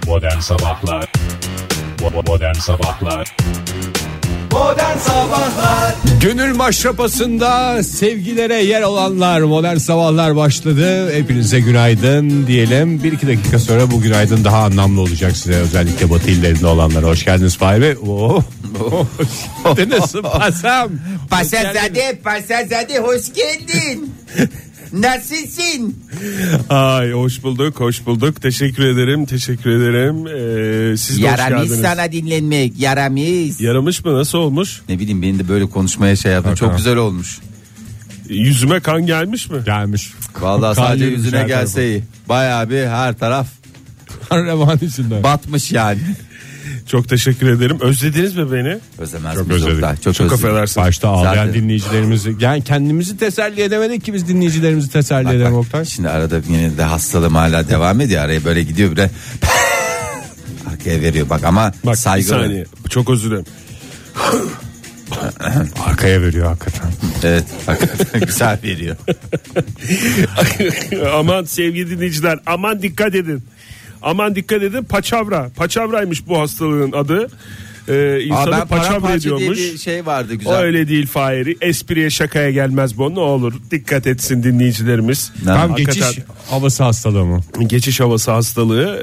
Modern Sabahlar. Modern Sabahlar. Modern Sabahlar. Gönül maşrapasında sevgilere yer olanlar, Modern Sabahlar başladı. Hepinize günaydın diyelim. 1-2 dakika sonra bu günaydın daha anlamlı olacak size. Özellikle batı illerinde olanlara. Hoş geldiniz Fahir Bey. Nasılsın Pasam? Pasazade hoş geldin. Nasılsın? Ay hoş bulduk. Teşekkür ederim. Siz de hoş Yaramış geldiniz. sana dinlenmek, yaramış. Yaramış mı, nasıl olmuş? Ne bileyim, beni de böyle konuşmaya şey yaptın. Çok güzel olmuş. Yüzüme kan gelmiş mi? Gelmiş. Vallahi sadece Kalbim yüzüne güzel gelse iyi. Bayağı bir her taraf Revan içinde. batmış yani. Çok teşekkür ederim. Özlediniz mi beni? Özlemez Çok miyiz özledik. Oktay? Çok Çok özledik. affedersin. Başta ağlayan Zaten- dinleyicilerimizi, yani kendimizi teselli edemedik ki biz dinleyicilerimizi teselli edelim Oktay. Şimdi arada yine de hastalığım hala devam ediyor. Araya böyle gidiyor bile. Arkaya veriyor bak ama Bak bir saygılı. saniye. Çok özür dilerim. Arkaya veriyor hakikaten. Evet hakikaten güzel veriyor. Aman sevgili dinleyiciler, aman dikkat edin. Paçavraymış bu hastalığın adı. İnsanı Ben paçavra paramparça diye ediyormuş. bir şey vardı O güzel. öyle değil Fahiri. Espriye şakaya gelmez bu, ne olur. Dikkat etsin dinleyicilerimiz. Tam Hakikaten geçiş havası hastalığı mı? geçiş havası hastalığı.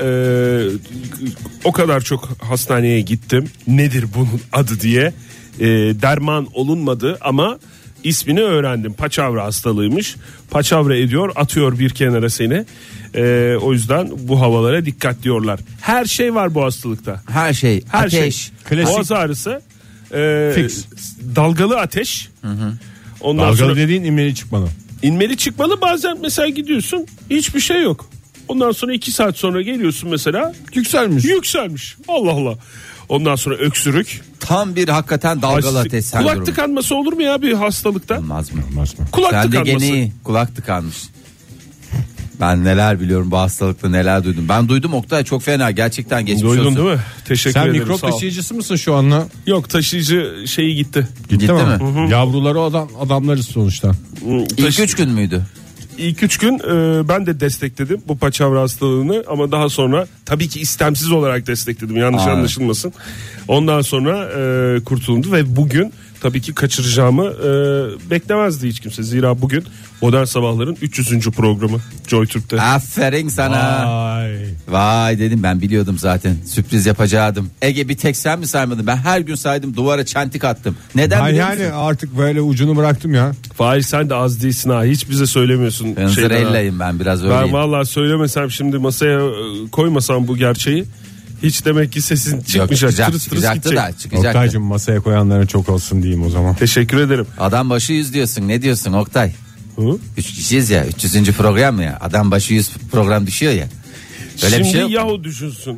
O kadar çok hastaneye gittim. Nedir bunun adı diye. Derman olunmadı ama ismini öğrendim. Paçavra hastalığıymış. Paçavra ediyor, atıyor bir kenara seni. O yüzden bu havalara dikkat diyorlar. Her şey var bu hastalıkta. Her şey. Her ateş. şey. Klasik. Boğaz ağrısı. Fix. Dalgalı ateş. Ondan Dalgalı sonra dediğin inmeli çıkmalı. inmeli çıkmalı, bazen mesela gidiyorsun hiçbir şey yok. Ondan sonra 2 saat sonra geliyorsun mesela yükselmiş. Allah Allah. Ondan sonra öksürük. Tam bir hakikaten dalgalı Ay, ateş kulak sendromu. tıkanması olur mu ya bir hastalıkta? Olmaz mı? Olmaz mı? Kulak Sen de tıkanması. gene iyi. Kulak tıkanmış. Ben neler biliyorum bu hastalıkta, neler duydum. Ben duydum Oktay, çok fena gerçekten, geçmiş Duydun olsun. değil mi? Teşekkür Sen ederim. mikrop sağ ol. taşıyıcısı mısın şu anda? Yok, taşıyıcı şeyi gitti. Gitti mi? Yavruları adamlarız sonuçta. İlk 3 gün müydü? İlk 3 gün ben de destekledim bu paçavra hastalığını, ama daha sonra tabii ki istemsiz olarak destekledim, yanlış anlaşılmasın. Ondan sonra kurtuldu ve bugün tabii ki kaçıracağımı beklemezdi hiç kimse. Zira bugün Modern Sabahların 300. programı Joy Türk'te. Aferin sana. Ay. Vay dedim, ben biliyordum zaten. Sürpriz yapacaktım. Ege, bir tek sen mi saymadın? Ben her gün saydım, duvara çentik attım. Neden Ben biliyor yani musun? artık böyle ucunu bıraktım ya. Fahir, sen de az değilsin ha, hiç bize söylemiyorsun. Ben zırellayım, ben biraz Ben öyleyim. vallahi söylemesem, şimdi masaya koymasam bu gerçeği, hiç demek ki sesin Yok, çıkmayacak. çıkacak, Tırıs tırıs çıkacaktı gidecek. da çıkacaktı. Oktay'cığım masaya koyanlara çok olsun diyeyim o zaman. Teşekkür ederim. Adam başı 100 diyorsun, ne diyorsun Oktay? Hı? 3 kişiyiz ya, 300. program ya. Adam başı 100 program düşüyor ya. Öyle Şimdi bir şey yok. Yahoo düşünsün.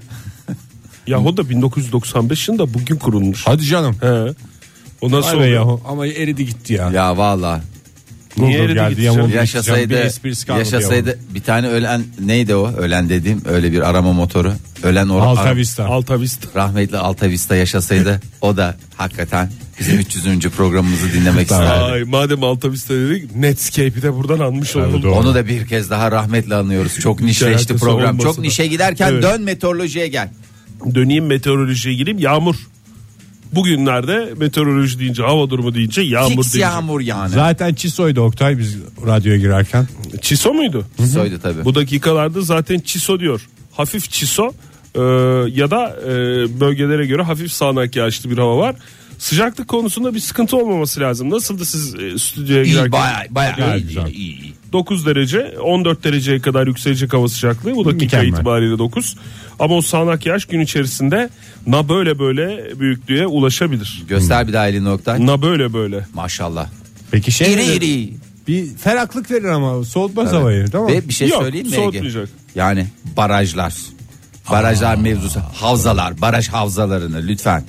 Yahoo da 1995 yılında bugün kurulmuş. Hadi canım. He. O nasıl Vay be oluyor? yahu. Ama eridi gitti ya. Ya valla. Niye Bulgur eridi geldi, gitti yamuldu. canım? Bir Yaşasaydı, esprisi kalmadı bir tane ölen, neydi o? Ölen dediğim öyle bir arama motoru. Ölen Alta Vista. Alta Vista. rahmetli Alta Vista yaşasaydı, o da hakikaten bizim 300. programımızı dinlemek isterdi. Ay, madem Alta Vista dedik, Netscape'i de buradan almış olduk. doğru. Onu da bir kez daha rahmetle anıyoruz. Çok nişleşti alakası program. olmasa Çok da. nişe giderken Evet. dön meteorolojiye gel. Döneyim meteorolojiye gireyim. Yağmur. Bugünlerde meteoroloji deyince, hava durumu deyince yağmur Fix diyecek. yağmur yani. Zaten Çiso'ydu Oktay biz radyoya girerken. Çiso muydu? Soydu tabii. Bu dakikalarda zaten çiso diyor. Hafif çiso ya da bölgelere göre hafif sağanak yağışlı bir hava var. Sıcaklık konusunda bir sıkıntı olmaması lazım. Nasıldı siz stüdyoya İyi, girerken? bayağı güzel. iyi. 9 derece, 14 dereceye kadar yükselecek hava sıcaklığı. Bu dakika Mükemmel. itibariyle 9. Ama o sağanak yağış gün içerisinde böyle büyüklüğe ulaşabilir. Göster bir daha elini Oktay. Böyle. Maşallah. Peki şey İri nedir? iri. Bir ferahlık verir ama soğutmaz havayı, değil mi? Ve bir şey Yok, söyleyeyim mi Ege? soğutmayacak. Yani barajlar. Barajlar mevzusu. Havzalar. Baraj havzalarını lütfen.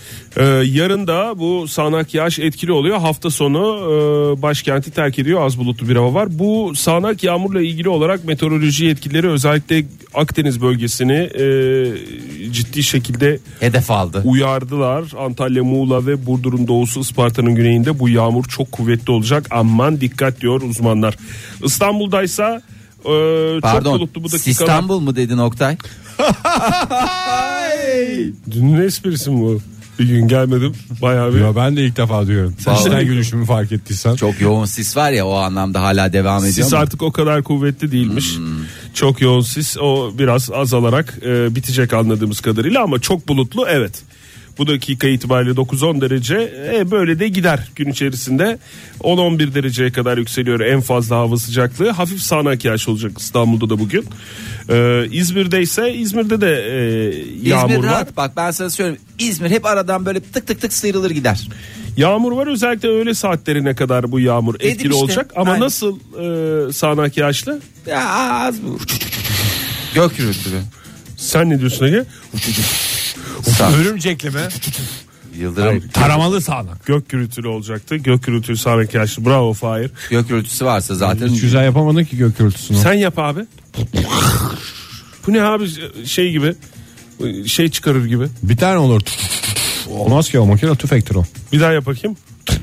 Yarın da bu sağanak yağış etkili oluyor. Hafta sonu başkenti terk ediyor. Az bulutlu bir hava var. Bu sağanak yağmurla ilgili olarak meteoroloji yetkilileri özellikle Akdeniz bölgesini ciddi şekilde Hedef aldı. uyardılar. Antalya, Muğla ve Burdur'un doğusu, Isparta'nın güneyinde bu yağmur çok kuvvetli olacak. Aman dikkat diyor uzmanlar. İstanbul'daysa çok Pardon. bulutlu bu dakikalar. İstanbul mu dedin Oktay? Dünün esprisi mi bu? Bir gün gelmedim bayağı bir. Ya ben de ilk defa duyuyorum. Sen içten gülüşümü fark ettiysen. Çok yoğun sis var ya, o anlamda hala devam ediyor Sis mu? artık o kadar kuvvetli değilmiş. Çok yoğun sis, o biraz azalarak bitecek anladığımız kadarıyla, ama çok bulutlu, evet. Bu dakika itibariyle 9-10 derece, böyle de gider gün içerisinde. 10-11 dereceye kadar yükseliyor en fazla hava sıcaklığı. Hafif sağanak yağış olacak İstanbul'da da bugün. İzmir'de de yağmur İzmir var. rahat, bak ben sana söyleyeyim. İzmir hep aradan böyle tık tık tık sıyrılır gider. Yağmur var, özellikle öğle saatlerine kadar bu yağmur etkili işte, olacak. Ama aynen. nasıl sağanak yağışlı? Ya az bu. Gök gürültülü. Sen ne diyorsun Ege? Örümcekli mi? Yıldırım. Taramalı sağanak. Gök gürültülü olacaktı. Gök gürültülü sağanak yağışlı. Bravo Fahir. Gök gürültüsü varsa zaten. Hiç güzel yapamadın ki gök gürültüsünü. Sen yap abi. Bu ne abi, şey gibi. Şey çıkarır gibi. Bir tane olur. Olmaz ki, o makine tüfektir o. Bir daha yap bakayım.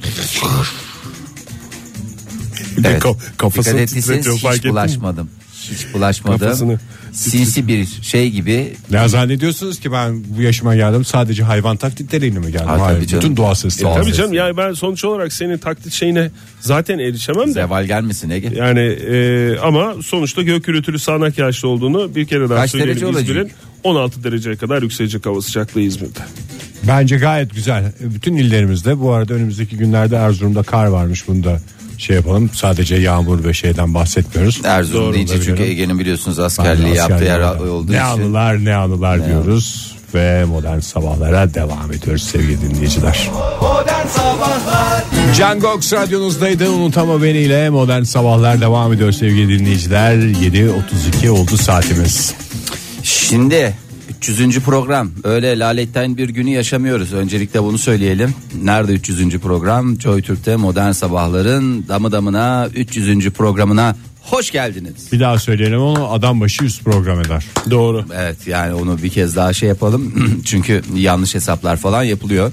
Bir de Evet. kafasını Dikkat ettiyseniz titretiyor, fark hiç ettin mi? bulaşmadım. Hiç bulaşmadım. Kafasını Sinsi bir şey gibi. Ne zannediyorsunuz ki ben bu yaşıma geldim sadece hayvan taklitleriyle mi geldim? Ha, Hayır, tabii canım. bütün doğa sesleri. Doğal Tabii ses. canım, yani ben sonuç olarak senin taklit şeyine zaten erişemem de. Zeval gelmesin Ege. Yani ama sonuçta gök gürültülü sağanak yağışlı olduğunu bir kere daha Kaç derece söyleyelim. olacak? İzmir'in 16 dereceye kadar yükselecek hava sıcaklığı İzmir'de. Bence gayet güzel. Bütün illerimizde, bu arada önümüzdeki günlerde Erzurum'da kar varmış, bunu da şey yapalım. Sadece yağmur ve şeyden bahsetmiyoruz. Erzurum Doğru, deyince çünkü biliyorum. Ege'nin biliyorsunuz Ben de askerliği yaptığı yer askerliğim. olduğu Ne için. anılar ne anılar diyoruz. Ve modern sabahlara devam ediyoruz sevgili dinleyiciler. Modern Sabahlar Can Gox radyonuzdaydı, unutama beni ile modern sabahlar devam ediyor sevgili dinleyiciler. 7.32 oldu saatimiz. Şimdi 300. program, öyle laletten bir günü yaşamıyoruz. Öncelikle bunu söyleyelim. Nerede 300. program? Joy Türk'te Modern Sabahların damı damına 300. programına hoş geldiniz. Bir daha söyleyelim, onu adam başı 100 program eder. Doğru. Evet, yani onu bir kez daha şey yapalım. Çünkü yanlış hesaplar falan yapılıyor.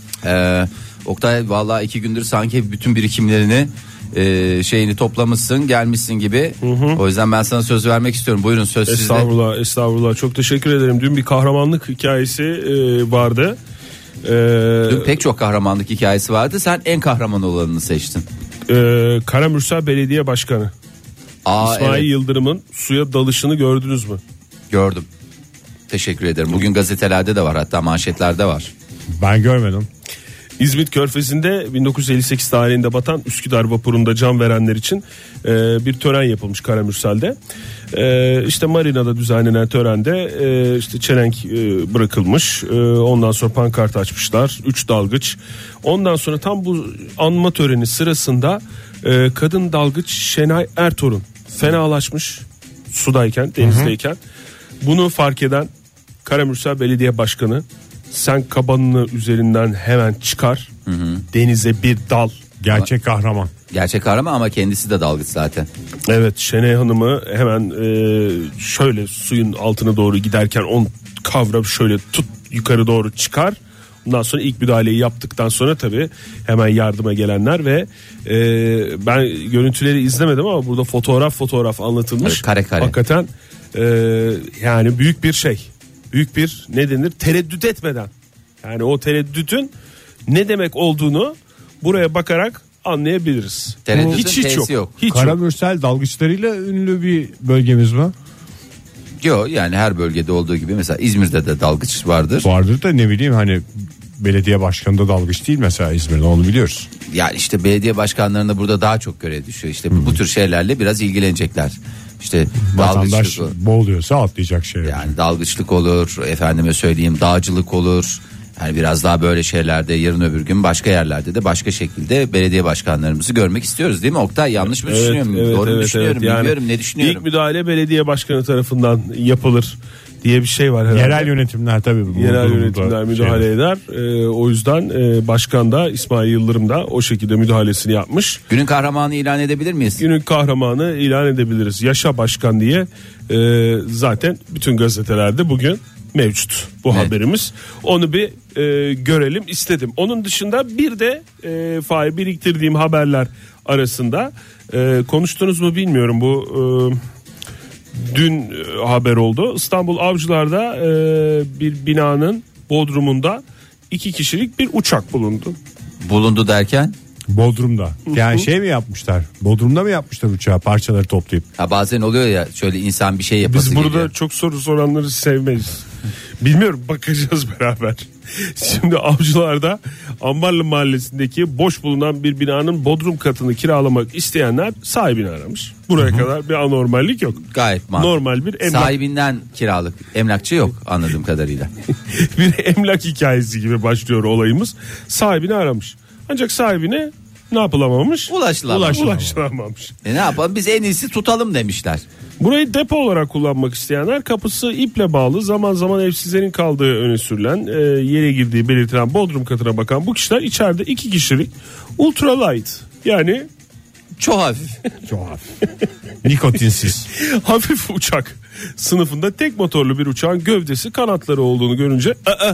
Oktay vallahi 2 gündür sanki bütün birikimlerini şeyini toplamışsın, gelmişsin gibi. O yüzden ben sana söz vermek istiyorum. Buyurun, söz sizde. Estağfurullah. Çok teşekkür ederim. Dün bir kahramanlık hikayesi vardı. Dün pek çok kahramanlık hikayesi vardı. Sen en kahraman olanını seçtin. Karamürsel Belediye Başkanı İsmail Evet, Yıldırım'ın suya dalışını gördünüz mü? gördüm. Teşekkür ederim. Bugün gazetelerde de var, hatta manşetlerde var. Ben görmedim. İzmit Körfezi'nde 1958 tarihinde batan Üsküdar vapurunda can verenler için bir tören yapılmış Karamürsel'de. İşte marinada düzenlenen törende işte çelenk bırakılmış. Ondan sonra pankart açmışlar. 3 dalgıç. Ondan sonra tam bu anma töreni sırasında kadın dalgıç Şenay Ertorun fenalaşmış sudayken, denizdeyken. Bunu fark eden Karamürsel Belediye Başkanı, sen kabanını üzerinden hemen çıkar, denize bir dal. Gerçek kahraman. Gerçek kahraman ama kendisi de dalgıç zaten. Evet, Şenay Hanım'ı hemen şöyle suyun altına doğru giderken on kavrap şöyle tut, yukarı doğru çıkar. Ondan sonra ilk müdahaleyi yaptıktan sonra tabii hemen yardıma gelenler ve ben görüntüleri izlemedim ama burada fotoğraf anlatılmış. Evet, kare kare. Hakikaten yani büyük bir şey. Büyük bir, ne denir, tereddüt etmeden. Yani o tereddütün ne demek olduğunu buraya bakarak anlayabiliriz. Tereddütün Hiç T'si yok. Hiç yok. Karamürsel dalgıçlarıyla ünlü bir bölgemiz mi? Yok, yani her bölgede olduğu gibi mesela İzmir'de de dalgıç vardır. Vardır da ne bileyim, hani belediye başkanı da dalgıç değil mesela İzmir'de, onu biliyoruz. Yani işte belediye başkanlarına burada daha çok görev düşüyor. İşte bu tür şeylerle biraz ilgilenecekler. İşte Vatandaş dalgıçlık, boğuluyorsa atlayacak şey. yani dalgıçlık olur, efendime söyleyeyim dağcılık olur. Yani biraz daha böyle şeylerde, yarın öbür gün başka yerlerde de başka şekilde belediye başkanlarımızı görmek istiyoruz, değil mi Oktay? Yanlış mı düşünüyorum? Doğru mu düşünüyorum? Yani Bilmiyorum, ne düşünüyorum? İlk müdahale belediye başkanı tarafından yapılır diye bir şey var herhalde. Yerel yönetimler tabii. bu Yerel durumda yönetimler müdahale şey. eder. O yüzden başkan da, İsmail Yıldırım da o şekilde müdahalesini yapmış. Günün kahramanı ilan edebilir miyiz? Günün kahramanı ilan edebiliriz. Yaşa başkan diye zaten bütün gazetelerde bugün mevcut bu Evet. haberimiz. Onu bir görelim istedim. Onun dışında bir de Fahir, biriktirdiğim haberler arasında konuştunuz mu bilmiyorum, bu dün haber oldu. İstanbul Avcılar'da bir binanın bodrumunda 2 kişilik bir uçak bulundu. Bulundu derken? Bodrum'da. Yani şey mi yapmışlar? Bodrum'da mı yapmışlar uçağı parçaları toplayıp? Ha, bazen oluyor ya şöyle insan bir şey yapası Biz burada geliyor. çok soru soranları sevmeyiz. Bilmiyorum, bakacağız beraber. Şimdi Avcılar'da Ambarlı Mahallesi'ndeki boş bulunan bir binanın bodrum katını kiralamak isteyenler sahibini aramış. Buraya kadar bir anormallik yok. Gayet mantıklı. Normal bir emlak, Sahibinden kiralık. Emlakçı yok anladığım kadarıyla. bir emlak hikayesi gibi başlıyor olayımız. Sahibini aramış. Ancak sahibine ne yapılamamış? Ulaşılamamış. Ne yapalım, biz en iyisi tutalım demişler. Burayı depo olarak kullanmak isteyenler kapısı iple bağlı, zaman zaman evsizlerin kaldığı öne sürülen, yere girdiği belirtilen bodrum katına bakan bu kişiler içeride 2 kişilik ultralight, yani Çok hafif. Çok hafif. Nikotinsiz. hafif uçak sınıfında tek motorlu bir uçağın gövdesi, kanatları olduğunu görünce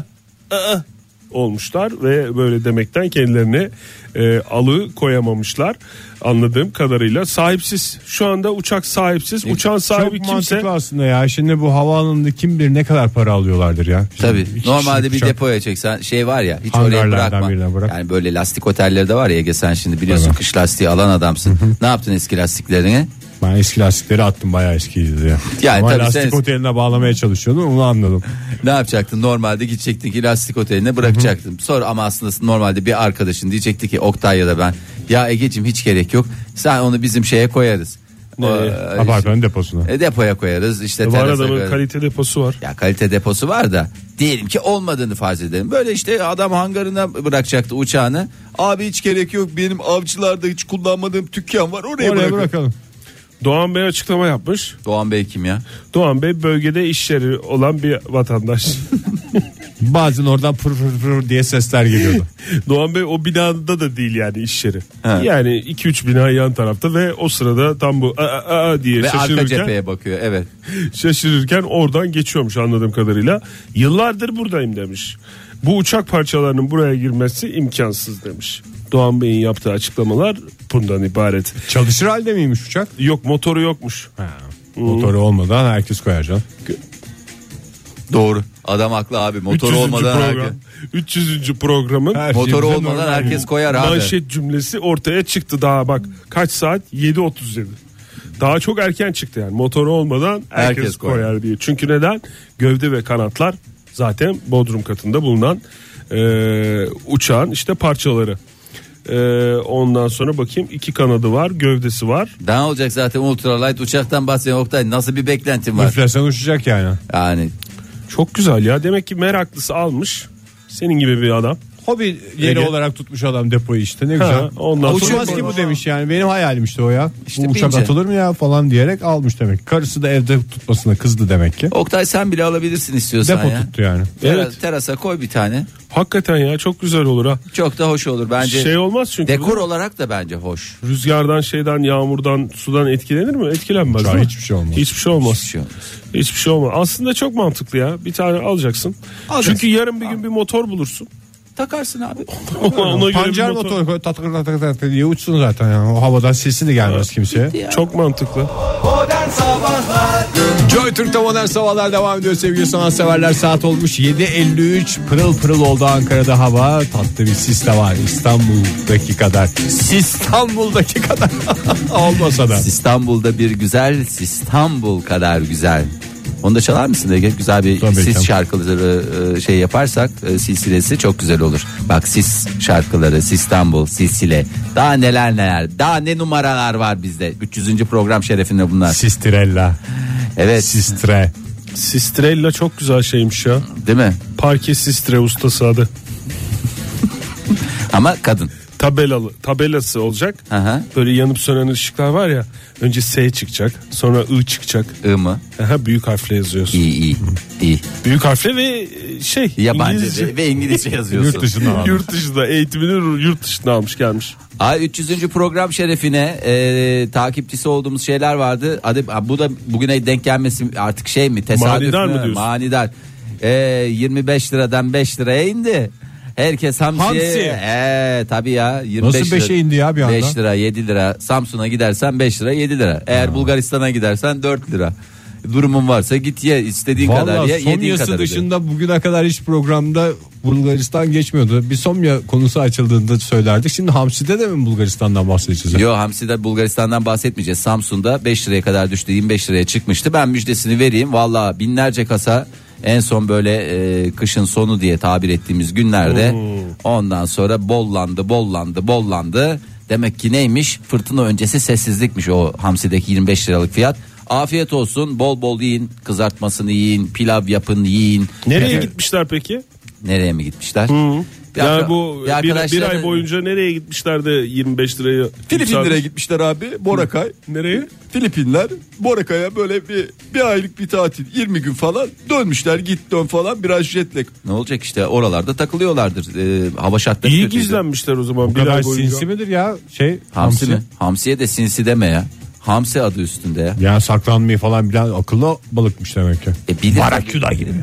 olmuşlar ve böyle demekten kendilerine alı koyamamışlar. Anladığım kadarıyla sahipsiz. Şu anda uçak sahipsiz. Uçağın sahibi Çok kimse. mantıklı aslında ya. Şimdi bu havaalanında kim bilir ne kadar para alıyorlardır ya. Tabii. Şimdi Normalde bir uçak- depoya çeksen şey var ya, hiç oraya Hangarlardan birine bırakma. bırak. Yani böyle lastik otelleri de var ya Ege, sen şimdi biliyorsun Tabii. kış lastiği alan adamsın. Ne yaptın eski lastiklerini? Ben eski lastikleri attım, bayağı eskiydi ya. Yani Ama tabii lastik sen- oteline bağlamaya çalışıyordum, onu anladım. Ne yapacaktın? Normalde gidecektin ki lastik oteline bırakacaktın. Sonra ama aslında normalde bir arkadaşın diyecekti ki Oktay ya da ben, ya Egeciğim hiç gerek yok. Sen onu bizim şeye koyarız. Apartmanın deposuna. Depoya koyarız. İşte Var terasa adamın koyarız. kalite deposu var. Ya kalite deposu var da diyelim ki olmadığını farz edelim. Böyle işte adam hangarına bırakacaktı uçağını. Abi hiç gerek yok, benim Avcılar'da hiç kullanmadığım dükkan var, oraya Oraya bırakın. bırakalım. Doğan Bey açıklama yapmış. Doğan Bey kim ya? Doğan Bey bölgede iş yeri olan bir vatandaş. Bazen oradan pır pır pır diye sesler geliyordu. Doğan Bey o binada da değil yani iş yeri. Ha. Yani 2-3 bina yan tarafta ve o sırada tam bu diye Ve arka şaşırırken, cepheye bakıyor, evet. şaşırırken oradan geçiyormuş anladığım kadarıyla. Yıllardır buradayım demiş. Bu uçak parçalarının buraya girmesi imkansız demiş. Doğan Bey'in yaptığı açıklamalar bundan ibaret. Çalışır halde miymiş uçak? Yok, motoru yokmuş. Motoru olmadan herkes koyar canım. Doğru. Adam haklı abi. Motor 300. olmadan program. 300. programın Her motoru şeyimize olmadan normal herkes yani. koyar abi. manşet cümlesi ortaya çıktı daha bak. Kaç saat? 7.37. Daha çok erken çıktı yani. Motoru olmadan herkes Herkes koyar. koyar diye. Çünkü neden? Gövde ve kanatlar zaten bodrum katında bulunan uçağın işte parçaları. Ondan sonra bakayım, 2 kanadı var, gövdesi var. Daha olacak zaten, ultralight uçaktan bahsediyor Oktay. Nasıl bir beklentin var? Üflesen uçacak yani. Yani Çok güzel ya. Demek ki meraklısı almış. Senin gibi bir adam. Hobi yeri Ege. olarak tutmuş adam depoyu işte, ne güzel. ondan sonra- Uçmaz ki bu demiş yani, benim hayalim işte o ya. İşte bu uçak bince. atılır mı ya falan diyerek almış demek. Karısı da evde tutmasına kızdı demek ki. Oktay sen bile alabilirsin istiyorsan Depo ya. tuttu yani. Evet. Terasa koy bir tane. Hakikaten ya, çok güzel olur ha. Çok da hoş olur bence. Şey olmaz çünkü. Dekor olarak da bence hoş. Rüzgardan, şeyden, yağmurdan, sudan etkilenir mi? Etkilenmez. Uçağa değil mi? hiçbir şey olmaz. Hiçbir şey olmaz. Hiçbir şey olmaz. Hiçbir şey olmaz. Aslında çok mantıklı ya. Bir tane alacaksın. Alacaksın. Çünkü yarın bir gün bir motor bulursun. Takarsın abi. Ona göre Pancar bir motoru koy, tak tak tak tak diye uçsun zaten yani. O havadan sesi de gelmez kimseye. Çok mantıklı. Modern Sabahlar Joy Türk'te modern sabahlar devam ediyor sevgili sanatseverler. Saat olmuş 7.53, pırıl pırıl oldu Ankara'da hava. Tatlı bir sis de var İstanbul'daki kadar. İstanbul'daki kadar olmasa da. İstanbul'da bir güzel, İstanbul kadar güzel. Onu da çalar mısın Ege? Güzel bir Tabii sis ki. şarkıları şey yaparsak silsilesi çok güzel olur. Bak sis şarkıları, İstanbul, silsile. Daha neler neler. Daha ne numaralar var bizde. 300. program şerefinde bunlar. Sistrella. Evet. Sistre. Sistrella çok güzel şeymiş ya. Değil mi? Parke Sistre ustası adı. Ama kadın. Tabelası olacak. Aha. Böyle yanıp sönen ışıklar var ya. Önce S çıkacak, sonra I çıkacak. I mı? Aha, büyük harfle yazıyorsun. İyi. Büyük harfle ve Yabancı İngilizce. ve İngilizce yazıyorsun. Yurt dışından almış. Yurt dışında eğitimini yurt dışına almış gelmiş. Ay 300. program şerefine takipçisi olduğumuz şeyler vardı. Hadi bu da bugüne denk gelmesi artık şey mi? Tesadüf Manidar mü? mı diyorsun? Manidar. 25 liradan 5 liraya indi. Herkes hamsi. Hamsi. Tabii ya. 25 Nasıl 5'e indi ya bir anda? 5 lira 7 lira. Samsun'a gidersen 5 lira 7 lira. Eğer Bulgaristan'a gidersen 4 lira. Durumun varsa git ye, istediğin kadar ye, yediğin Somya'sı kadar. dışında bugüne kadar hiç programda Bulgaristan geçmiyordu. Bir Somya konusu açıldığında söylerdik. Şimdi Hamsi'de de mi Bulgaristan'dan bahsedeceğiz? Yo, hamside Bulgaristan'dan bahsetmeyeceğiz. Samsun'da 5 liraya kadar düştü, 25 liraya çıkmıştı. Ben müjdesini vereyim. Valla binlerce kasa en son böyle kışın sonu diye tabir ettiğimiz günlerde ondan sonra bollandı. Demek ki neymiş? Fırtına öncesi sessizlikmiş o hamsideki 25 liralık fiyat. Afiyet olsun, bol bol yiyin, kızartmasını yiyin, pilav yapın, yiyin. Nereye gitmişler peki? Nereye mi gitmişler? Yani bu bir ay boyunca nereye gitmişler de 25 liraya? Filipinlere gitmişler abi, Boracay. Nereye? Filipinler, Boracay'a böyle bir aylık bir tatil, 20 gün falan dönmüşler, git dön falan, biraz jet lag. Ne olacak işte, oralarda takılıyorlardır. Hava şartları İyi kötüydü. gizlenmişler o zaman. Bu bir kadar ay boyunca. sinsi midir ya? Hamsi mi? Hamsiye de sinsi deme ya. Hamsi adı üstünde ya. Yani saklanmayı falan bilen akıllı balıkmış demek ki. Baraküda gibi.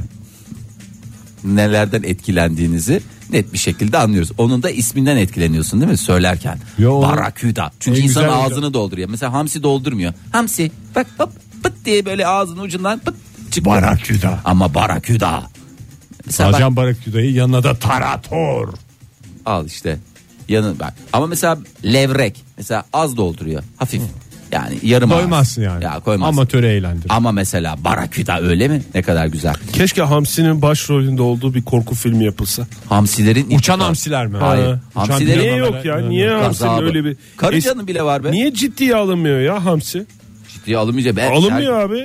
Nelerden etkilendiğinizi net bir şekilde anlıyoruz. Onun da isminden etkileniyorsun değil mi söylerken? Yo. Baraküda. Çünkü En insanın güzel ağzını dolduruyor. Mesela hamsi doldurmuyor. Hamsi bak hop pıt diye böyle ağzının ucundan pıt çıkıyor. Baraküda. Ama baraküda. Mesela bak, Alacağım Baraküda'yı, yanına da tarator. al işte. Bak. Ama mesela levrek mesela az dolduruyor. Hafif. Yani yarım ağız. Doymazsın yani. Ya koymazsın. Amatörü eğlendir. Ama mesela baraküda öyle mi? Ne kadar güzel. Keşke Hamsi'nin başrolünde olduğu bir korku filmi yapılsa. Hamsilerin Uçan hamsiler mi? Hayır. Ha. Hamsilerin Niye yok ya? Niye Hamsi'nin gazabı. öyle bir... Karıncanın bile var be. Niye ciddiye alınmıyor ya Hamsi? Ciddiye alınmayacak. Alınmıyor abi.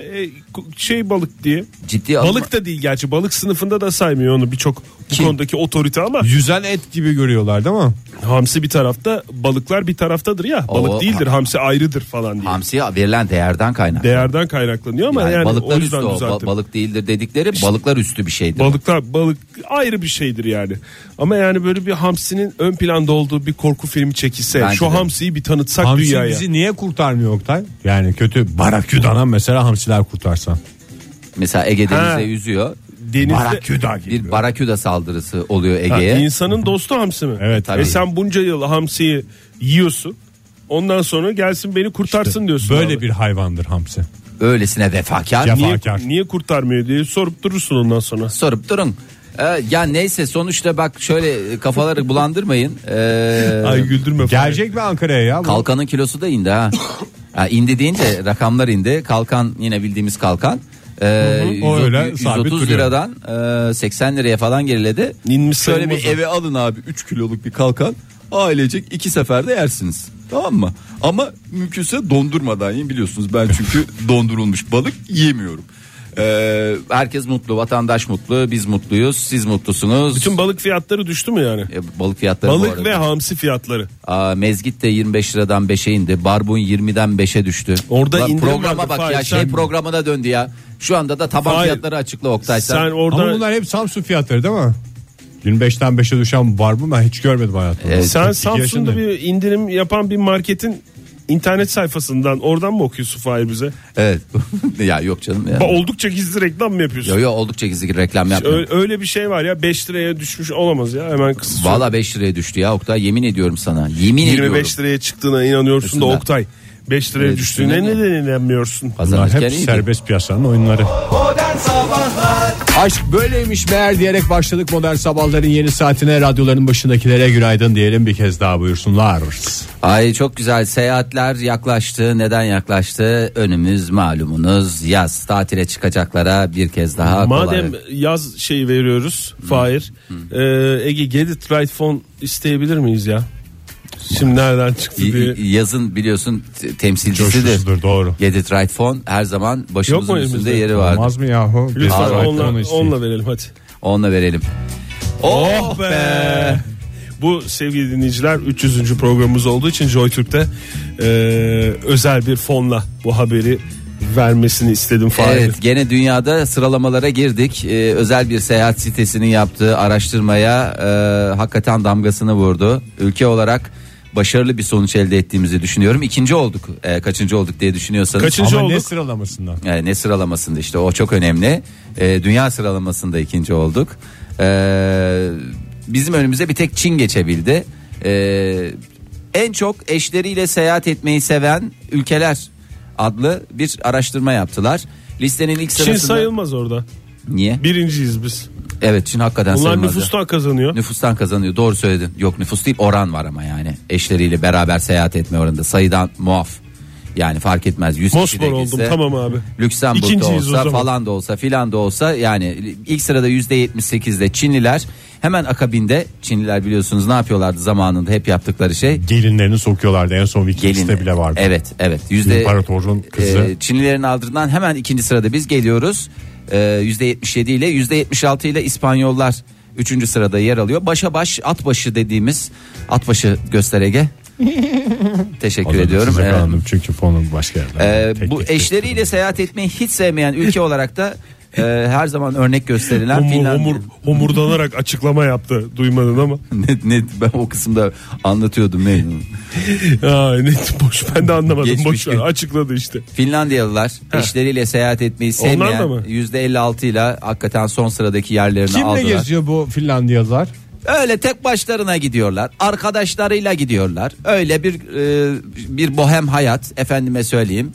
Balık diye. Ciddiye Balık da değil gerçi. Balık sınıfında da saymıyor onu birçok bu konudaki otorite ama. Yüzen et gibi görüyorlar değil mi? Hamsi bir tarafta, balıklar bir taraftadır ya. Balık değildir, hamsi ayrıdır falan diye. Hamsiye verilen değerden kaynaklı. Değerden kaynaklanıyor ama yani balıklar o üstü yüzden o. düzelttim. Balık değildir dedikleri balıklar üstü bir şeydir. Balık ayrı bir şeydir yani. Ama yani böyle bir hamsinin ön planda olduğu bir korku filmi çekilse, Bence şu de. hamsiyi bir tanıtsak Hamsi dünyaya. bizi niye kurtarmıyor Oktay? Yani kötü Baraküda'dan mesela hamsiler kurtarsan. Mesela Ege denizde Ha. yüzüyor. Denizde Baraküda gibi. Bir baraküda saldırısı oluyor Ha, Ege'ye. insanın dostu hamsi mi? Evet, tabii. Ve sen bunca yıl hamsiyi yiyorsun. Ondan sonra gelsin beni kurtarsın diyorsun. Böyle abi. bir hayvandır hamsi. Öylesine vefakar. Ya- niye, vefakar. niye kurtarmıyor diye sorup durursun ondan sonra. Sorup durun. Ya neyse, sonuçta bak şöyle kafaları bulandırmayın. Ay güldürme falan. Gelecek mi Ankara'ya ya? Bu? Kalkanın kilosu da indi ha. İndi deyince rakamlar indi. Kalkan yine bildiğimiz kalkan. O öyle sabit 130 duruyor. liradan 80 liraya falan geriledi. İnmiş Şöyle sayılmaz bir o. eve alın abi 3 kiloluk bir kalkan. Ailecek 2 seferde yersiniz. Tamam mı? Ama mümkünse dondurmadan yiyin, biliyorsunuz ben çünkü dondurulmuş balık yemiyorum. Herkes mutlu, vatandaş mutlu, biz mutluyuz, siz mutlusunuz. Bütün balık fiyatları düştü mü yani? Balık fiyatları bu Balık arada. ve hamsi fiyatları. Mezgit de 25 liradan 5'e indi. Barbun 20'den 5'e düştü. Orada Lan indirim programa vardı, bak Fahir, ya, sen- programına döndü ya. Şu anda da taban Fahir, fiyatları açıkla Oktay. Sen orada Ama bunlar hep Samsun fiyatları değil mi? 25'ten 5'e düşen var mı? Ben hiç görmedim hayatımda. Evet. sen 42 Samsun'da yaşındayım. bir indirim yapan bir marketin internet sayfasından oradan mı okuyorsun Fahir bize? Evet. Ya yok canım ya. Oldukça gizli reklam mı yapıyorsun? Yo oldukça gizli reklam yapmıyorum. Öyle bir şey var ya, 5 liraya düşmüş olamaz ya, hemen kısa. Valla 5 liraya düştü ya Oktay, yemin ediyorum sana. Yemin ediyorum. 25 liraya çıktığına inanıyorsun da Üstünden. Oktay. 5 liraya Evet, düştüğüne üstünden neden inanmıyorsun? Bunlar Kazanırken hep iyiydi. serbest piyasanın oyunları. Modern Sabahlar Aşk böyleymiş meğer diyerek başladık modern sabahların yeni saatine. Radyoların başındakilere günaydın diyelim bir kez daha, buyursunlar. Ay çok güzel, seyahatler yaklaştı. Neden yaklaştı? Önümüz malumunuz yaz. Tatile çıkacaklara bir kez daha Madem kolay. yaz şeyi veriyoruz Fahir, Ege Get It Right Phone isteyebilir miyiz ya? Şimdi nereden çıktı diye. Yazın biliyorsun temsilcisidir. Coşkusudur, doğru. Get It Right Phone her zaman başımızın Yok mu üstünde elimizde? yeri var. Olmaz mı yahu? Lütfen Biz zaten onunla, onu isteyelim. onunla verelim hadi. Onunla verelim. Oh be! Bu sevgili dinleyiciler 300. programımız olduğu için JoyTürk'te özel bir fonla bu haberi vermesini istedim Fahir. Evet, gene dünyada sıralamalara girdik. Özel bir seyahat sitesinin yaptığı araştırmaya hakikaten damgasını vurdu. Ülke olarak başarılı bir sonuç elde ettiğimizi düşünüyorum. İkinci olduk. Kaçıncı olduk diye düşünüyorsanız. Kaçıncı Ama ne olduk? sıralamasından? Ne sıralamasında, işte o çok önemli. Dünya sıralamasında ikinci olduk. Bizim önümüze bir tek Çin geçebildi. En çok eşleriyle seyahat etmeyi seven ülkeler adlı bir araştırma yaptılar. Listenin ilk Çin sırasında. sayılmaz orada. Niye? Birinciyiz biz. Evet, Çin hakikaten Bunlar sayılmaz. nüfustan kazanıyor. Nüfustan kazanıyor, doğru söyledin. Yok, nüfus değil, oran var ama yani. Eşleriyle beraber seyahat etme oranında. Sayıdan muaf. Yani fark etmez. 100 kişi Mosmor de oldum, gitse, tamam abi. Lüksemburg'da İkinciyiz o olsa zaman. falan da olsa filan da olsa, yani ilk sırada %78'de Çinliler. Hemen akabinde Çinliler biliyorsunuz ne yapıyorlardı zamanında, hep yaptıkları şey. Gelinlerini sokuyorlardı, en son Wikings'te bile vardı. Evet. İmparatorun kızı. Çinlilerin ardından hemen ikinci sırada biz geliyoruz. %77 ile %76 ile İspanyollar 3. sırada yer alıyor. Başa baş atbaşı dediğimiz atbaşı gösterege. Teşekkür ediyorum. Size kaldım çünkü fonun başka yerden. Bu eşleriyle seyahat etmeyi hiç sevmeyen ülke olarak da her zaman örnek gösterilen Finlandiya. Homurdanarak açıklama yaptı, duymadın ama. ne ben o kısımda anlatıyordum ne? Boş, ben de anlamadım. Geçmiş Boş ver, gün. açıkladı işte. Finlandiyalılar eşleriyle seyahat etmeyi Onlar sevmeyen da mı? %56 ile hakikaten son sıradaki yerlerini Kimle aldılar. geziyor bu Finlandiyalılar? Öyle tek başlarına gidiyorlar. Arkadaşlarıyla gidiyorlar. Öyle bir bohem hayat, efendime söyleyeyim.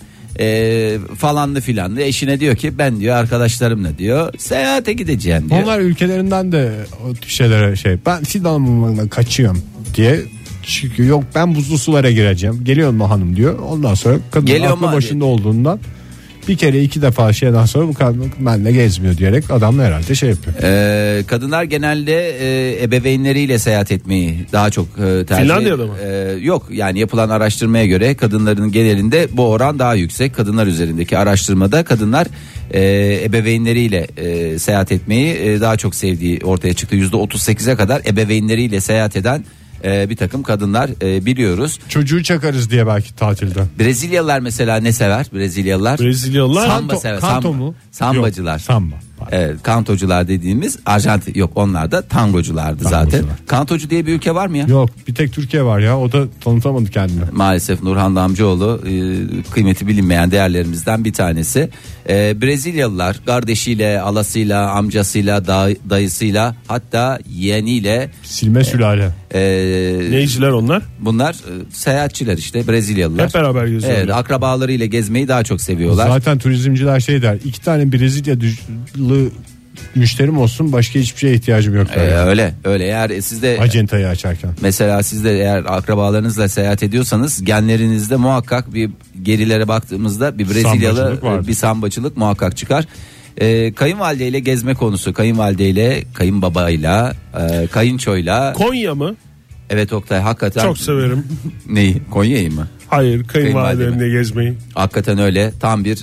Falanlı filanlı, eşine diyor ki ben diyor arkadaşlarımla diyor seyahate gideceğim diyor. Onlar ülkelerinden de o tip şeylere ben Finlandiya'dan kaçıyorum diye. Çünkü yok ben buzlu sulara gireceğim. Geliyor mu hanım diyor. Ondan sonra kadın Geliyor aklı mu başında olduğundan bir kere iki defa şeyden sonra bu kadın benimle gezmiyor diyerek adam herhalde şey yapıyor. Kadınlar genelde ebeveynleriyle seyahat etmeyi daha çok tercih. Finlandiya'da mı? Yok, yani yapılan araştırmaya göre kadınların genelinde bu oran daha yüksek. Kadınlar üzerindeki araştırmada kadınlar ebeveynleriyle seyahat etmeyi daha çok sevdiği ortaya çıktı. %38'e kadar ebeveynleriyle seyahat eden bir takım kadınlar biliyoruz. Çocuğu çakarız diye belki tatilde. Brezilyalılar mesela ne sever? Brezilyalılar Samba sever. Kanto mu? Sambacılar. Yok, samba. Evet, kantocular dediğimiz Arjantin, yok onlar da tangoculardı zaten. Tangocular. Kantocu diye bir ülke var mı ya? Yok, bir tek Türkiye var ya, o da tanıtamadı kendini. Maalesef Nurhan Damcıoğlu kıymeti bilinmeyen değerlerimizden bir tanesi. Brezilyalılar kardeşiyle, alasıyla, amcasıyla, dayısıyla, hatta yeğeniyle Silme sülale. neyciler onlar? bunlar seyahatçiler işte, Brezilyalılar. Hep beraber geziyorlar. Evet, akrabalarıyla gezmeyi daha çok seviyorlar. Zaten turizmciler şey der, 2 tane Brezilyalı müşterim olsun, başka hiçbir şeye ihtiyacım yok der. Öyle eğer siz de Acentayı açarken. mesela siz de eğer akrabalarınızla seyahat ediyorsanız genlerinizde muhakkak bir gerilere baktığımızda bir Brezilyalı, Sambacılık vardır. bir sambacılık muhakkak çıkar. Kayınvalideyle gezme konusu, kayınvalideyle, kayınbabayla, kayınçoyla. Konya mı? Evet Oktay, hakikaten. Çok severim. Neyi? Konya'yı mı? Hayır, kayınvalidemle gezmeyi. Hakikaten öyle, tam bir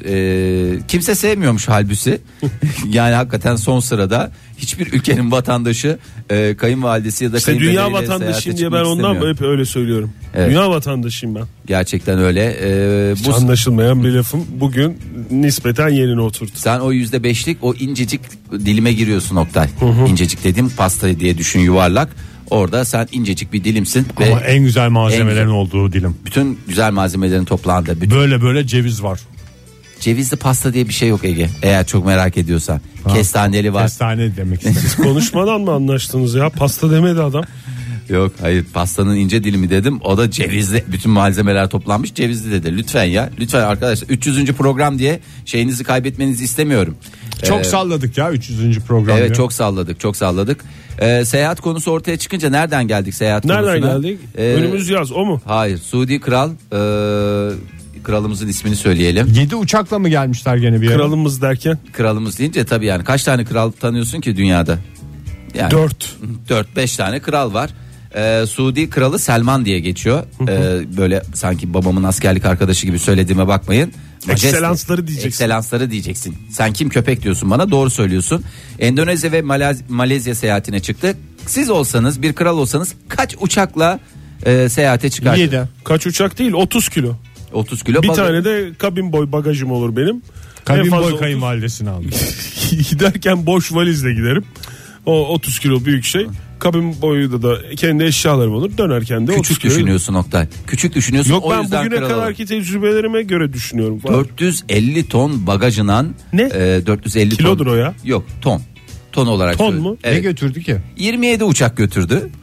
kimse sevmiyormuş halbuki. Yani hakikaten son sırada hiçbir ülkenin vatandaşı kayınvalidesi ya da İşte kayınpederiyle dünya vatandaşıyım seyahate diye ben çıkmak ondan istemiyor. hep öyle söylüyorum. Evet. Dünya vatandaşıyım ben. Gerçekten öyle. Hiç anlaşılmayan bir lafım bugün nispeten yerine oturdu. Sen o %5'lik o incecik dilime giriyorsun Oktay. İncecik dediğim pasta diye düşün, yuvarlak. Orada sen incecik bir dilimsin. Ama ve en güzel malzemelerin en güzel- olduğu dilim. bütün güzel malzemelerin toplandığı. Böyle ceviz var. Cevizli pasta diye bir şey yok Ege. Eğer çok merak ediyorsan. Kestaneli var. Kestane demek istedim. Konuşmadan mı anlaştınız ya? Pasta demedi adam. Yok, hayır, pastanın ince dilimi dedim. O da cevizli. Bütün malzemeler toplanmış, cevizli dedi. Lütfen ya. Lütfen arkadaşlar. 300. program diye şeyinizi kaybetmenizi istemiyorum. Çok salladık ya 300. program. Evet, diye. çok salladık. Seyahat konusu ortaya çıkınca nereden geldik seyahat Nereden konusuna? geldik? Önümüz Önümüz yaz, o mu? Hayır, Suudi kral, kralımızın ismini söyleyelim. 7 uçakla mı gelmişler gene bir yere? Kralımız derken? Kralımız deyince tabii yani kaç tane kral tanıyorsun ki dünyada? Yani 4-5 tane kral var. Suudi kralı Selman diye geçiyor. Böyle sanki babamın askerlik arkadaşı gibi söylediğime bakmayın. Ekselansları diyeceksin. Ekselansları diyeceksin. Sen kim köpek diyorsun bana, doğru söylüyorsun. Endonezya ve Malezya seyahatine çıktı. Siz olsanız, bir kral olsanız kaç uçakla seyahate çıkardınız? 7. Kaç uçak değil, 30 kilo. 30 kilo. Bir tane de kabin boy bagajım olur benim. En Kabin fazla boy 30. kayınvalidesini aldı. Giderken boş valizle giderim. O 30 kilo büyük şey. Kabin boyu da kendi eşyalarım olur. Dönerken de 30 Küçük kilo. düşünüyorsun Oktay. Küçük düşünüyorsun. Yok, o ben yüzden bugüne kral olur. kadarki tecrübelerime göre düşünüyorum. 450 ton bagajından. Ne? 450 Kilodur ton. o ya. Yok, ton. Ton olarak Ton söylüyorum. mu? Ne Evet. götürdü ki? 27 uçak götürdü.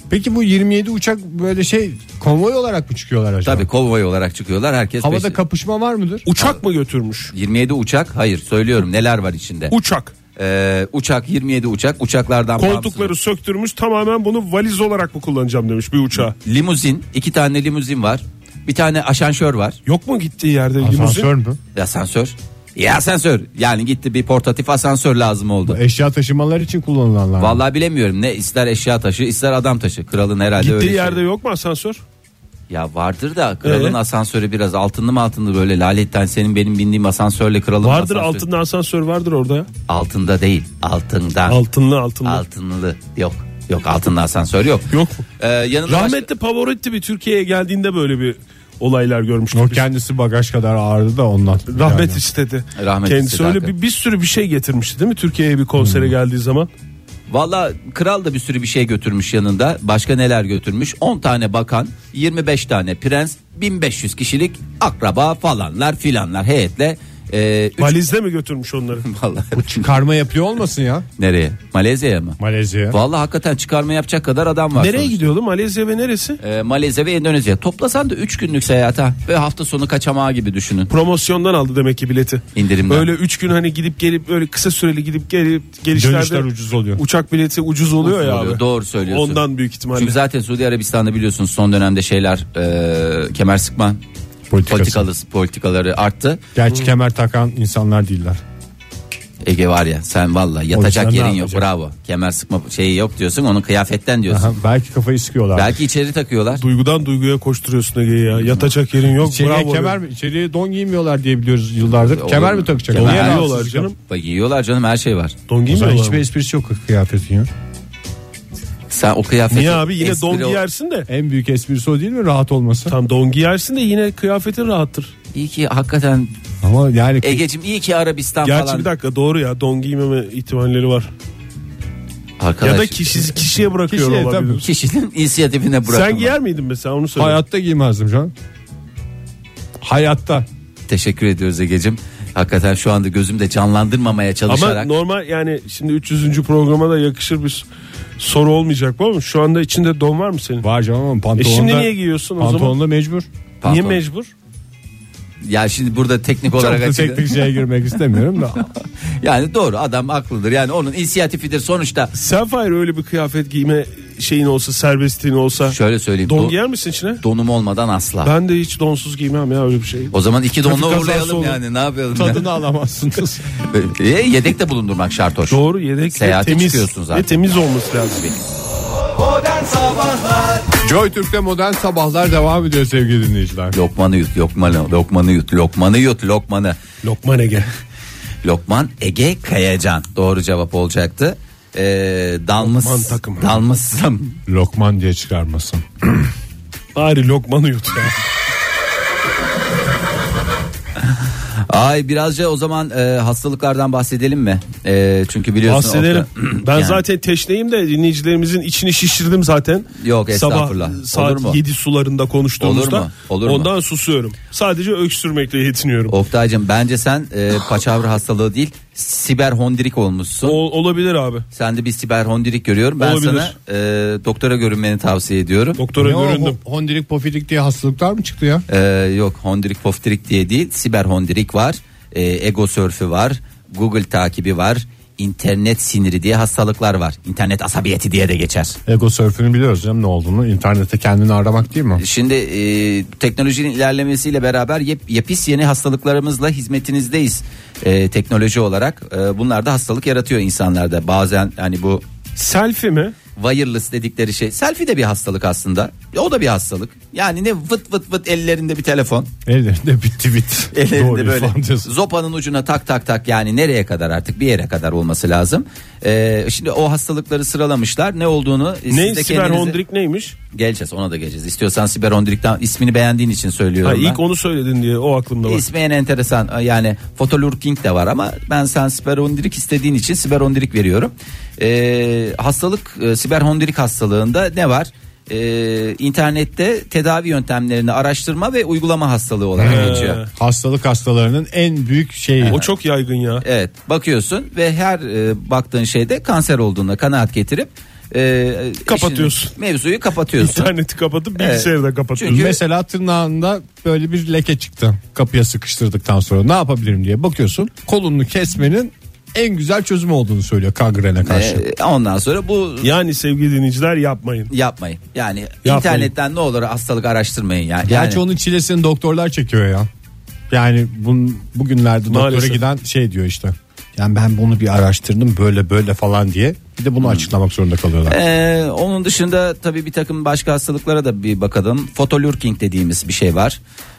Peki bu 27 uçak böyle konvoy olarak mı çıkıyorlar acaba? Tabii konvoy olarak çıkıyorlar. Herkes Havada kapışma var mıdır? Uçak mı götürmüş? 27 uçak. Hayır, söylüyorum neler var içinde. Uçak. Uçak 27 uçak. Uçaklardan Koltukları söktürmüş, tamamen bunu valiz olarak mı kullanacağım demiş bir uçağa. limuzin, 2 tane limuzin var. Bir tane asansör var. Yok mu gittiği yerde limuzin? Asansör mü? Asansör. Yani gitti, bir portatif asansör lazım oldu. Eşya taşımalar için kullanılanlar. Vallahi bilemiyorum, ne ister eşya taşı ister adam taşı. Kralın herhalde öyle. Gittiği yerde yok mu asansör? Ya vardır da kralın asansörü biraz altınlı mı altınlı, böyle laletten senin benim bindiğim asansörle kralın Vardır asansörü. altında asansör vardır orada. Altında değil, altından. Altınlı. Altınlı yok altında asansör yok. Yok mu? Yanında Rahmetli Pavarotti bir Türkiye'ye geldiğinde böyle bir olaylar görmüştük. O biz. kendisi bagaj kadar ağırdı da ondan. Rahmet Yani. istedi. Rahmet Kendisi istedi, öyle hakikaten. bir sürü bir şey getirmişti değil mi Türkiye'ye bir konsere geldiği zaman? Valla kral da bir sürü bir şey götürmüş yanında. Başka neler götürmüş? 10 tane bakan, 25 tane prens, 1500 kişilik akraba falanlar filanlar heyetle. Valizle mi götürmüş onları? Vallahi. Çıkarma yapıyor olmasın ya Nereye? Malezya'ya mı? Malezya'ya. Vallahi hakikaten çıkarma yapacak kadar adam var. Nereye sonuçta. gidiyordu? Malezya ve neresi? Malezya ve Endonezya. Toplasan da 3 günlük seyahat ha. Ve hafta sonu kaçamağı gibi düşünün. Promosyondan aldı demek ki bileti. İndirimden. Böyle 3 gün hani gidip gelip böyle kısa süreli gidip gelip gelişlerde Dönüşler ucuz oluyor. Uçak bileti ucuz oluyor Ucuz ya oluyor, abi. doğru söylüyorsun. Ondan büyük ihtimalle. Çünkü zaten Suudi Arabistan'da biliyorsunuz son dönemde şeyler kemer sıkma politikaları arttı. Gerçi kemer takan insanlar değiller. Ege var ya, sen vallahi yatacak O yüzden yerin ne yok, yapacak? bravo. Kemer sıkma şeyi yok diyorsun, onun kıyafetten diyorsun. Aha, belki kafayı sıkıyorlar. Belki içeri takıyorlar. Duygudan duyguya koşturuyorsun Ege ya. Yatacak yerin yok. İçeriye Bravo. kemer mi? İçeriye don giymiyorlar diye biliyoruz yıllardır. Olur Kemer mu? mi takacak? Kemer Niye giyiyorlar rahatsızlık canım. yok? Bak giyiyorlar canım, her şey var. Don O zaman giymiyorlar hiçbir mı? esprisi yok kıyafetin ya. Sen o kıyafeti... Niye abi, yine espri don o- giyersin de. En büyük esprisi o değil mi? Rahat olması. Tam don giyersin de yine kıyafetin rahattır. İyi ki hakikaten Ama yani Ege'cim, iyi ki Arabistan Gerçi falan. bir dakika, doğru ya, don giymeme ihtimalleri var. Arkadaş, Ya da kişiye bırakıyor Kişiye, olabilir. tabii. kişinin inisiyatifine bırakın. Sen giyer miydin mesela, onu söyle. hayatta giymezdim canım. Hayatta. Teşekkür ediyoruz Ege'cim. Hakikaten şu anda gözümde canlandırmamaya Ama çalışarak. normal yani, şimdi 300. programa da yakışır bir soru olmayacak bu ama şu anda içinde don var mı senin? Var canım ama pantolonda. Şimdi niye giyiyorsun o zaman? Pantolonda mecbur. Niye Pantolon. mecbur? Ya şimdi burada teknik Çok olarak da açık. teknik şeye girmek istemiyorum da. Yani doğru, adam haklıdır. Yani onun inisiyatifidir sonuçta. Sen Fahir, öyle bir kıyafet giyme şeyin olsa, serbestliğin olsa Şöyle söyleyeyim. don giyer misin içine? Donum olmadan asla. Ben de hiç donsuz giymem ya, öyle bir şey. O zaman 2 donla Trafik kazası uğurlayalım olur. yani, ne yapalım? Tadını alamazsınız. Yedek de bulundurmak şart hoş. Doğru, yedek ve Seyahate temiz. çıkıyorsun zaten. Ve temiz olması lazım. Modern Sabahlar Joy Türk'te modern sabahlar devam ediyor sevgili dinleyiciler. Lokmanı yut, lokmanı yut, lokmanı. Lokman Ege. Lokman Ege Kayacan. Doğru cevap olacaktı. Lokman takımı. Dalmışsın. Lokman diye çıkarmasın. Bari lokmanı yut ya. Ay birazca o zaman hastalıklardan bahsedelim mi? Çünkü biliyorsun. Bahsedelim. Ben Yani- zaten teşneyim de dinleyicilerimizin içini şişirdim zaten. Yok, estağfurullah. Sabah saat Olur mu? 7 sularında konuştuğumuzda. Olur mu? Olur mu? Ondan susuyorum. Sadece öksürmekle yetiniyorum. Oktay'cığım, bence sen paçavra hastalığı değil, siberhondrik olmuşsun. Olabilir abi. Sende bir siberhondrik görüyorum. Ben Olabilir. sana doktora görünmeni tavsiye ediyorum. Doktora Ne o, göründüm. hondirik pofidik diye hastalıklar mı çıktı ya? Yok, hondrik poftirik diye değil, siberhondrik var. Ego sörfü var. Google takibi var. İnternet siniri diye hastalıklar var. İnternet asabiyeti diye de geçer. Ego sörfünü biliyoruz canım ne olduğunu. İnternette kendini aramak değil mi? Şimdi teknolojinin ilerlemesiyle beraber yepis yeni hastalıklarımızla hizmetinizdeyiz. Teknoloji olarak bunlar da hastalık yaratıyor insanlarda. Bazen hani bu Selfie mi? wireless dedikleri şey. Selfie de bir hastalık aslında. O da bir hastalık. Yani ne vıt vıt vıt ellerinde bir telefon. Ellerinde bir tweet. Ellerinde Doğru böyle ifade ediyorsun. zopanın ucuna tak tak tak, yani nereye kadar, artık bir yere kadar olması lazım. Şimdi o hastalıkları sıralamışlar. Ne olduğunu siz Ne de siberhondrik neymiş? geleceğiz, ona da geleceğiz. İstiyorsan siberhondrikten ismini beğendiğin için söylüyorum ben. İlk onu söyledin diye o aklımda var. İsmi en enteresan, yani fotolurking de var ama ben sen siberhondrik istediğin için siberhondrik veriyorum. Hastalık siberhondrik hastalığında ne var? İnternette tedavi yöntemlerini araştırma ve uygulama hastalığı olarak geçiyor. Hastalık hastalarının en büyük şeyi. O çok yaygın ya. Evet, bakıyorsun ve her baktığın şeyde kanser olduğuna kanaat getirip Kapatıyorsun. Mevzuyu kapatıyorsun. İnterneti kapatıp bilgisayarı da kapatıyorsun. Çünkü- Mesela tırnağında böyle bir leke çıktı. Kapıya sıkıştırdıktan sonra ne yapabilirim diye bakıyorsun. Kolunu kesmenin en güzel çözüm olduğunu söylüyor kangrene karşı. Ondan sonra bu Yani sevgili dinleyiciler yapmayın. yapmayın. Yani internetten ne olur hastalık araştırmayın yani. Gerçi onun çilesini doktorlar çekiyor ya. Yani bugünlerde doktora Maalesef. giden şey diyor işte. Yani ben bunu bir araştırdım böyle falan diye. Bir de bunu açıklamak zorunda kalıyorlar. Onun dışında tabii bir takım başka hastalıklara da bir bakalım. Photolurking dediğimiz bir şey var.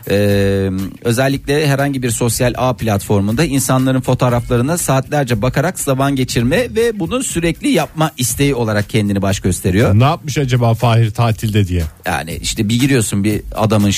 Özellikle herhangi bir sosyal ağ platformunda insanların fotoğraflarına saatlerce bakarak zaman geçirme ve bunu sürekli yapma isteği olarak kendini baş gösteriyor. Ne yapmış acaba Fahir tatilde diye. Yani işte bir giriyorsun bir adamın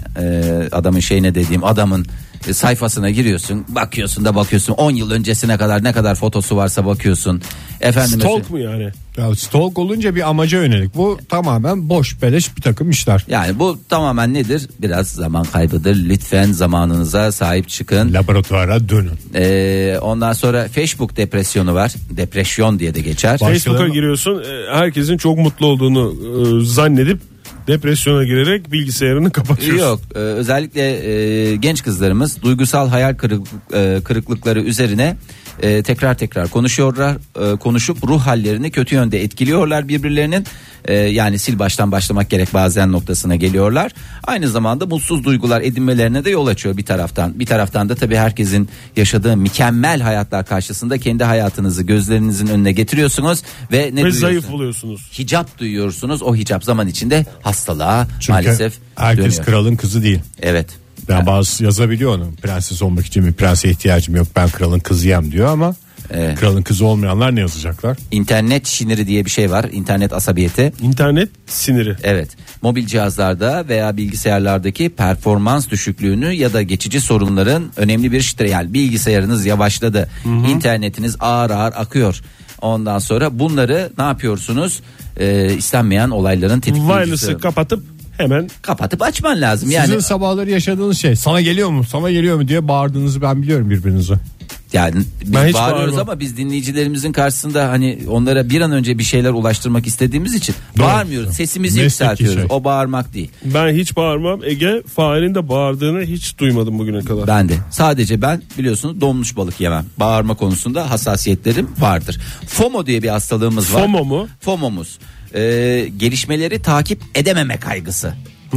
şeyine dediğim adamın sayfasına giriyorsun, bakıyorsun 10 yıl öncesine kadar ne kadar fotosu varsa bakıyorsun. Efendim Stalk mu yani? Ya stalk olunca bir amaca yönelik. Bu tamamen boş beleş bir takım işler. yani bu tamamen nedir? Biraz zaman kaybıdır. Lütfen zamanınıza sahip çıkın. Laboratuvara dönün. Ondan sonra Facebook depresyonu var. Depresyon diye de geçer. Facebook'a giriyorsun, herkesin çok mutlu olduğunu zannedip depresyona girerek bilgisayarını kapatıyorsun. Yok, özellikle genç kızlarımız duygusal hayal kırıklıkları üzerine tekrar konuşuyorlar, konuşup ruh hallerini kötü yönde etkiliyorlar birbirlerinin. Yani sil baştan başlamak gerek bazen noktasına geliyorlar. Aynı zamanda mutsuz duygular edinmelerine de yol açıyor bir taraftan da tabii herkesin yaşadığı mükemmel hayatlar karşısında kendi hayatınızı gözlerinizin önüne getiriyorsunuz ve ne Ve zayıf duyuyorsunuz? buluyorsunuz. Hicap duyuyorsunuz. O hicap zaman içinde hastalığa Çünkü maalesef herkes dönüyor. kralın kızı değil. Evet. Yani bazısı yazabiliyor onu. Prenses olmak için mi? Prense ihtiyacım yok. Ben kralın kızıyım diyor ama kralın kızı olmayanlar ne yazacaklar? İnternet siniri diye bir şey var. İnternet asabiyeti. İnternet siniri. Evet. Mobil cihazlarda veya bilgisayarlardaki performans düşüklüğünü ya da geçici sorunların önemli bir yani bilgisayarınız yavaşladı. İnternetiniz ağır akıyor. Ondan sonra bunları ne yapıyorsunuz? İstenmeyen olayların tetikleyicisi. Wireless'ı kapatıp hemen Kapatıp açman lazım. Yani Sizin sabahları yaşadığınız şey sana geliyor mu diye bağırdığınızı ben biliyorum birbirinize. Yani biz Ben hiç bağırıyoruz bağırmam. ama biz dinleyicilerimizin karşısında hani onlara bir an önce bir şeyler ulaştırmak istediğimiz için bağırmıyoruz. Sesimizi Mesleki yükseltiyoruz. şey. O bağırmak değil. ben hiç bağırmam. Ege, Fahir'in de bağırdığını hiç duymadım bugüne kadar. Ben de. Sadece ben biliyorsunuz donmuş balık yemem. Bağırma konusunda hassasiyetlerim vardır. FOMO diye bir hastalığımız var. FOMO mu? FOMO'muz. Gelişmeleri takip edememe kaygısı.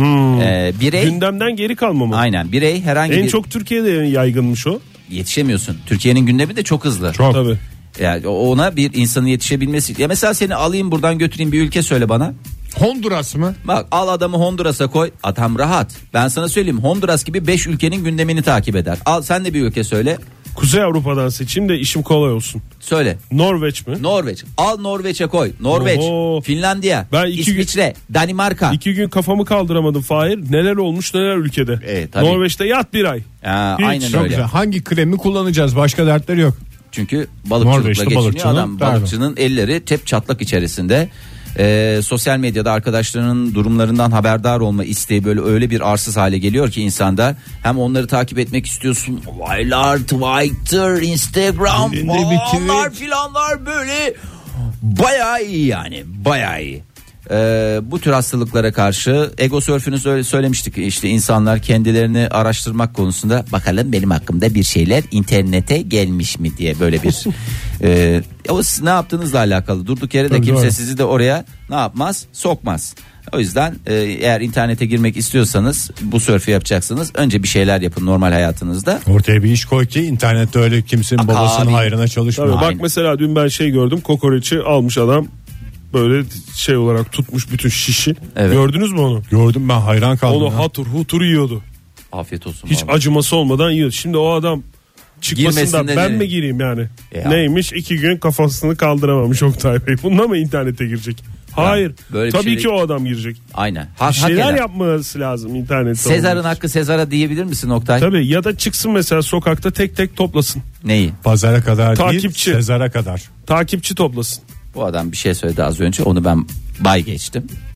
Birey Gündemden geri kalma mı? aynen birey herhangi En bir çok Türkiye'de yaygınmış o. yetişemiyorsun. Türkiye'nin gündemi de çok hızlı. Çok. Tabii. Yani ona bir insanın yetişebilmesi. Ya mesela seni alayım buradan götüreyim bir ülke söyle bana. Honduras mı? Bak al adamı Honduras'a koy. Adam rahat. Ben sana söyleyeyim Honduras gibi 5 ülkenin gündemini takip eder. Al sen de bir ülke söyle. Kuzey Avrupa'dan seçeyim de işim kolay olsun. Söyle. Norveç mi? Norveç. Al Norveç'e koy. Norveç, Oho. Finlandiya, Ben İsviçre, Danimarka. 2 gün kafamı kaldıramadım Fahir. Neler olmuş neler ülkede. Tabii. Norveç'te yat bir ay. Hiç. Aynen Çok öyle. güzel. Hangi kremi kullanacağız? Başka dertleri yok. Çünkü balıkçılıkla Norveç'te geçiniyor balıkçının adam. derdi. Balıkçının elleri tep çatlak içerisinde. Sosyal medyada arkadaşlarının durumlarından haberdar olma isteği böyle öyle bir arsız hale geliyor ki insanda hem onları takip etmek istiyorsun. Olaylar, Twitter, Instagram Elinde bir falanlar tweet. filanlar böyle bayağı iyi yani bayağı iyi. Bu tür hastalıklara karşı ego sörfünü söylemiştik işte insanlar kendilerini araştırmak konusunda bakalım benim hakkımda bir şeyler internete gelmiş mi diye böyle bir o siz ne yaptığınızla alakalı durduk yere de Tabii, kimse doğru. sizi de oraya ne yapmaz sokmaz. O yüzden eğer internete girmek istiyorsanız bu sörfü yapacaksınız önce bir şeyler yapın normal hayatınızda. Ortaya bir iş koy ki internette öyle kimsenin Bak babasının abi. hayrına çalışma. Tabii bak Aynen. mesela dün ben gördüm. Kokoreçi almış adam. Böyle şey olarak tutmuş bütün şişi. Evet. Gördünüz mü onu? Gördüm ben hayran kaldım. Onu ya. hatur hutur yiyordu. Afiyet olsun. Hiç vallahi. acıması olmadan yiyordu. Şimdi o adam çıkmasın Girmesin da de ben ne? mi gireyim yani? Ya. Neymiş 2 gün kafasını kaldıramamış Oktay Bey. Bununla mı internete girecek? Hayır. böyle bir Tabii şey ki değil. o adam girecek. Aynen. Bir şeyler Hak eder. yapması lazım internette. Sezar'ın olması. hakkı Sezar'a diyebilir misin Oktay? Tabii ya da çıksın mesela sokakta tek tek toplasın. Neyi? Pazara kadar Takipçi. değil Sezar'a kadar. Takipçi toplasın. Bu adam bir şey söyledi az önce onu ben bay geçtim.